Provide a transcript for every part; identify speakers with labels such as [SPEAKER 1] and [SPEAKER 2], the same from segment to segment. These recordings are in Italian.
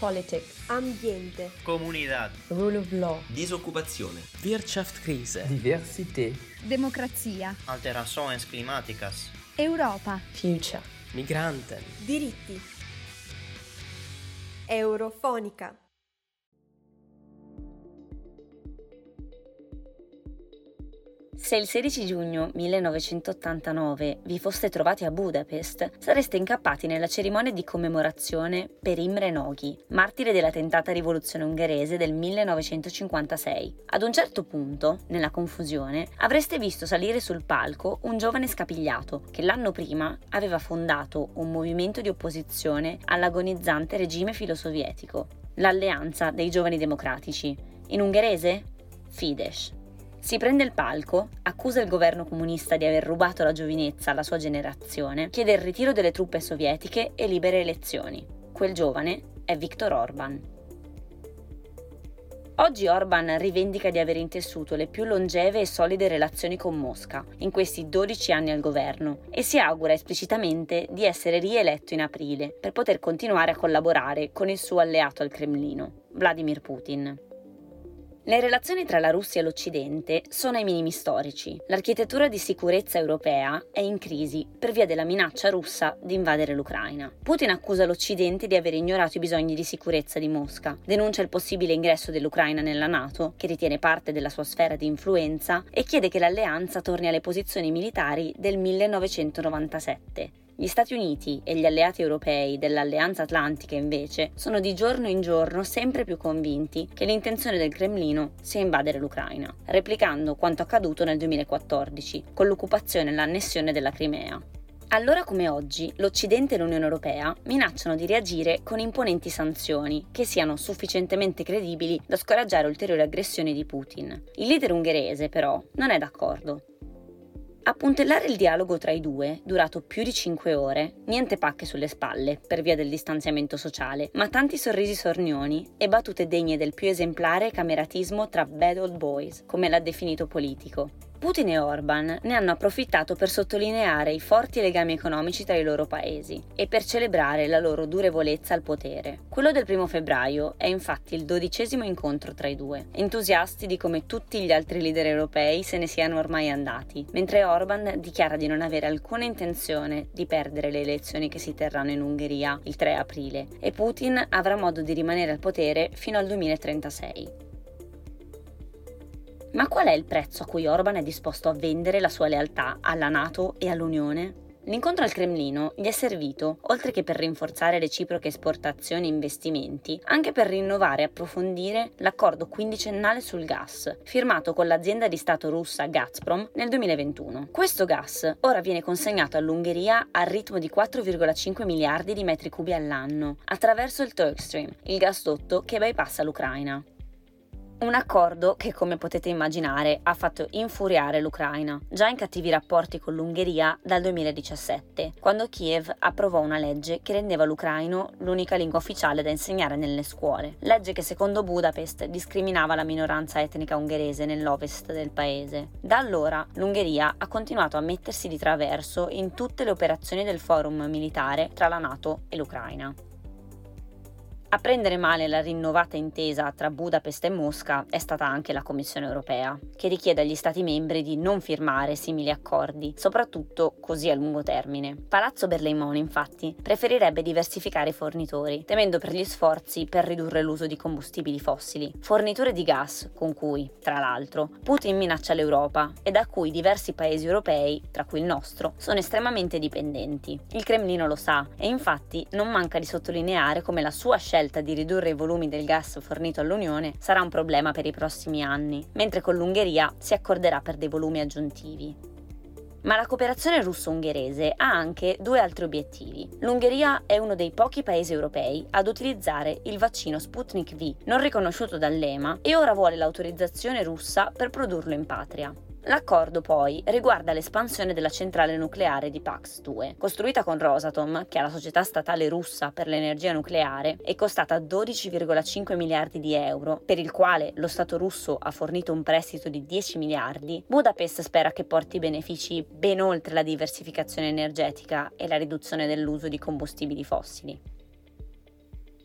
[SPEAKER 1] Politics,
[SPEAKER 2] ambiente,
[SPEAKER 3] comunità,
[SPEAKER 1] rule of law,
[SPEAKER 4] disoccupazione,
[SPEAKER 5] Wirtschaftskrise,
[SPEAKER 6] diversità,
[SPEAKER 7] democrazia,
[SPEAKER 3] alterações climáticas,
[SPEAKER 7] Europa,
[SPEAKER 1] future,
[SPEAKER 5] Migranten,
[SPEAKER 2] diritti. Eurofonica.
[SPEAKER 8] Se il 16 giugno 1989 vi foste trovati a Budapest, sareste incappati nella cerimonia di commemorazione per Imre Nagy, martire della tentata rivoluzione ungherese del 1956. Ad un certo punto, nella confusione, avreste visto salire sul palco un giovane scapigliato che l'anno prima aveva fondato un movimento di opposizione all'agonizzante regime filosovietico, l'Alleanza dei Giovani Democratici. In ungherese? Fidesz. Si prende il palco, accusa il governo comunista di aver rubato la giovinezza alla sua generazione, chiede il ritiro delle truppe sovietiche e libere elezioni. Quel giovane è Viktor Orban. Oggi Orban rivendica di aver intessuto le più longeve e solide relazioni con Mosca in questi 12 anni al governo e si augura esplicitamente di essere rieletto in aprile per poter continuare a collaborare con il suo alleato al Cremlino, Vladimir Putin. Le relazioni tra la Russia e l'Occidente sono ai minimi storici. L'architettura di sicurezza europea è in crisi per via della minaccia russa di invadere l'Ucraina. Putin accusa l'Occidente di aver ignorato i bisogni di sicurezza di Mosca, denuncia il possibile ingresso dell'Ucraina nella NATO, che ritiene parte della sua sfera di influenza, e chiede che l'alleanza torni alle posizioni militari del 1997. Gli Stati Uniti e gli alleati europei dell'Alleanza Atlantica, invece, sono di giorno in giorno sempre più convinti che l'intenzione del Cremlino sia invadere l'Ucraina, replicando quanto accaduto nel 2014, con l'occupazione e l'annessione della Crimea. Allora come oggi, l'Occidente e l'Unione Europea minacciano di reagire con imponenti sanzioni che siano sufficientemente credibili da scoraggiare ulteriori aggressioni di Putin. Il leader ungherese, però, non è d'accordo. A puntellare il dialogo tra i due, durato più di 5 ore, niente pacche sulle spalle per via del distanziamento sociale, ma tanti sorrisi sornioni e battute degne del più esemplare cameratismo tra bad old boys, come l'ha definito Politico. Putin e Orban ne hanno approfittato per sottolineare i forti legami economici tra i loro paesi e per celebrare la loro durevolezza al potere. Quello del 1 febbraio è infatti il 12° incontro tra i due, entusiasti di come tutti gli altri leader europei se ne siano ormai andati, mentre Orban dichiara di non avere alcuna intenzione di perdere le elezioni che si terranno in Ungheria il 3 aprile e Putin avrà modo di rimanere al potere fino al 2036. Ma qual è il prezzo a cui Orban è disposto a vendere la sua lealtà alla NATO e all'Unione? L'incontro al Cremlino gli è servito, oltre che per rinforzare reciproche esportazioni e investimenti, anche per rinnovare e approfondire l'accordo quindicennale sul gas, firmato con l'azienda di Stato russa Gazprom nel 2021. Questo gas ora viene consegnato all'Ungheria al ritmo di 4,5 miliardi di metri cubi all'anno, attraverso il Turkstream, il gasdotto che bypassa l'Ucraina. Un accordo che, come potete immaginare, ha fatto infuriare l'Ucraina, già in cattivi rapporti con l'Ungheria dal 2017, quando Kiev approvò una legge che rendeva l'ucraino l'unica lingua ufficiale da insegnare nelle scuole, legge che secondo Budapest discriminava la minoranza etnica ungherese nell'ovest del paese. Da allora l'Ungheria ha continuato a mettersi di traverso in tutte le operazioni del forum militare tra la NATO e l'Ucraina. A prendere male la rinnovata intesa tra Budapest e Mosca è stata anche la Commissione europea, che richiede agli Stati membri di non firmare simili accordi, soprattutto così a lungo termine. Palazzo Berlaymont, infatti, preferirebbe diversificare i fornitori, temendo per gli sforzi per ridurre l'uso di combustibili fossili, fornitore di gas con cui, tra l'altro, Putin minaccia l'Europa e da cui diversi paesi europei, tra cui il nostro, sono estremamente dipendenti. Il Cremlino lo sa e infatti non manca di sottolineare come la sua scelta di ridurre i volumi del gas fornito all'Unione sarà un problema per i prossimi anni, mentre con l'Ungheria si accorderà per dei volumi aggiuntivi. Ma la cooperazione russo-ungherese ha anche due altri obiettivi. L'Ungheria è uno dei pochi paesi europei ad utilizzare il vaccino Sputnik V, non riconosciuto dall'EMA, e ora vuole l'autorizzazione russa per produrlo in patria. L'accordo poi riguarda l'espansione della centrale nucleare di Paks-2, costruita con Rosatom, che è la società statale russa per l'energia nucleare, e costata 12,5 miliardi di euro, per il quale lo Stato russo ha fornito un prestito di 10 miliardi. Budapest spera che porti benefici ben oltre la diversificazione energetica e la riduzione dell'uso di combustibili fossili.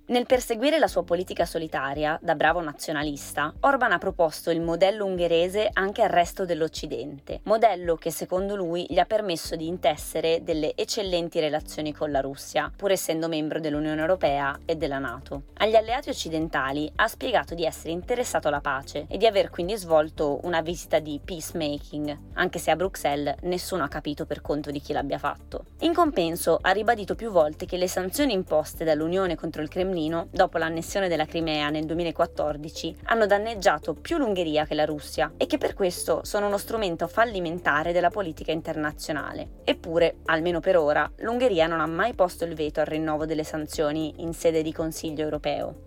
[SPEAKER 8] Nel perseguire la sua politica solitaria, da bravo nazionalista, Orban ha proposto il modello ungherese anche al resto dell'Occidente, modello che secondo lui gli ha permesso di intessere delle eccellenti relazioni con la Russia, pur essendo membro dell'Unione Europea e della NATO. Agli alleati occidentali ha spiegato di essere interessato alla pace e di aver quindi svolto una visita di peacemaking, anche se a Bruxelles nessuno ha capito per conto di chi l'abbia fatto. In compenso ha ribadito più volte che le sanzioni imposte dall'Unione contro il Cremlino dopo l'annessione della Crimea nel 2014 hanno danneggiato più l'Ungheria che la Russia e che per questo sono uno strumento fallimentare della politica internazionale. Eppure, almeno per ora, l'Ungheria non ha mai posto il veto al rinnovo delle sanzioni in sede di Consiglio europeo.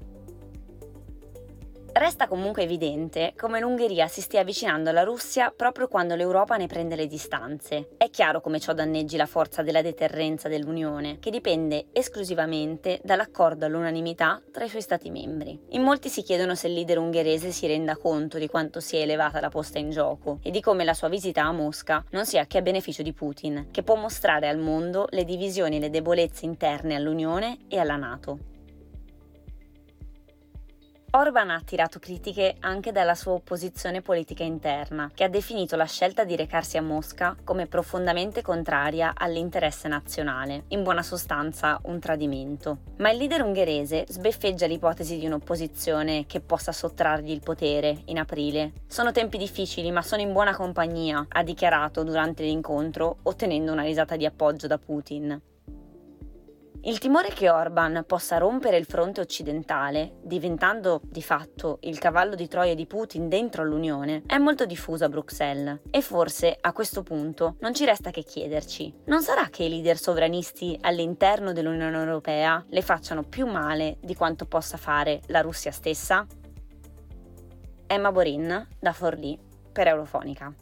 [SPEAKER 8] Resta comunque evidente come l'Ungheria si stia avvicinando alla Russia proprio quando l'Europa ne prende le distanze. È chiaro come ciò danneggi la forza della deterrenza dell'Unione, che dipende esclusivamente dall'accordo all'unanimità tra i suoi Stati membri. In molti si chiedono se il leader ungherese si renda conto di quanto sia elevata la posta in gioco e di come la sua visita a Mosca non sia che a beneficio di Putin, che può mostrare al mondo le divisioni e le debolezze interne all'Unione e alla NATO. Orban ha attirato critiche anche dalla sua opposizione politica interna, che ha definito la scelta di recarsi a Mosca come profondamente contraria all'interesse nazionale, in buona sostanza un tradimento. Ma il leader ungherese sbeffeggia l'ipotesi di un'opposizione che possa sottrargli il potere in aprile. Sono tempi difficili, ma sono in buona compagnia, ha dichiarato durante l'incontro, ottenendo una risata di appoggio da Putin. Il timore che Orban possa rompere il fronte occidentale, diventando di fatto il cavallo di Troia di Putin dentro l'Unione, è molto diffuso a Bruxelles. E forse, a questo punto, non ci resta che chiederci: non sarà che i leader sovranisti all'interno dell'Unione Europea le facciano più male di quanto possa fare la Russia stessa? Emma Borin, da Forlì, per Eurofonica.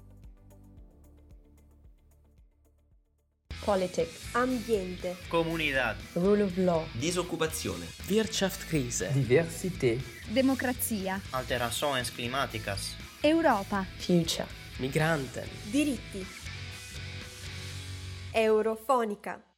[SPEAKER 2] Politics. Ambiente.
[SPEAKER 3] Comunidad.
[SPEAKER 1] Rule of law.
[SPEAKER 4] Disoccupazione.
[SPEAKER 5] Wirtschaftskrise.
[SPEAKER 1] Diversität.
[SPEAKER 7] Democrazia.
[SPEAKER 3] Alterações climáticas.
[SPEAKER 7] Europa.
[SPEAKER 1] Future.
[SPEAKER 5] Migranten.
[SPEAKER 2] Diritti. Eurofonica.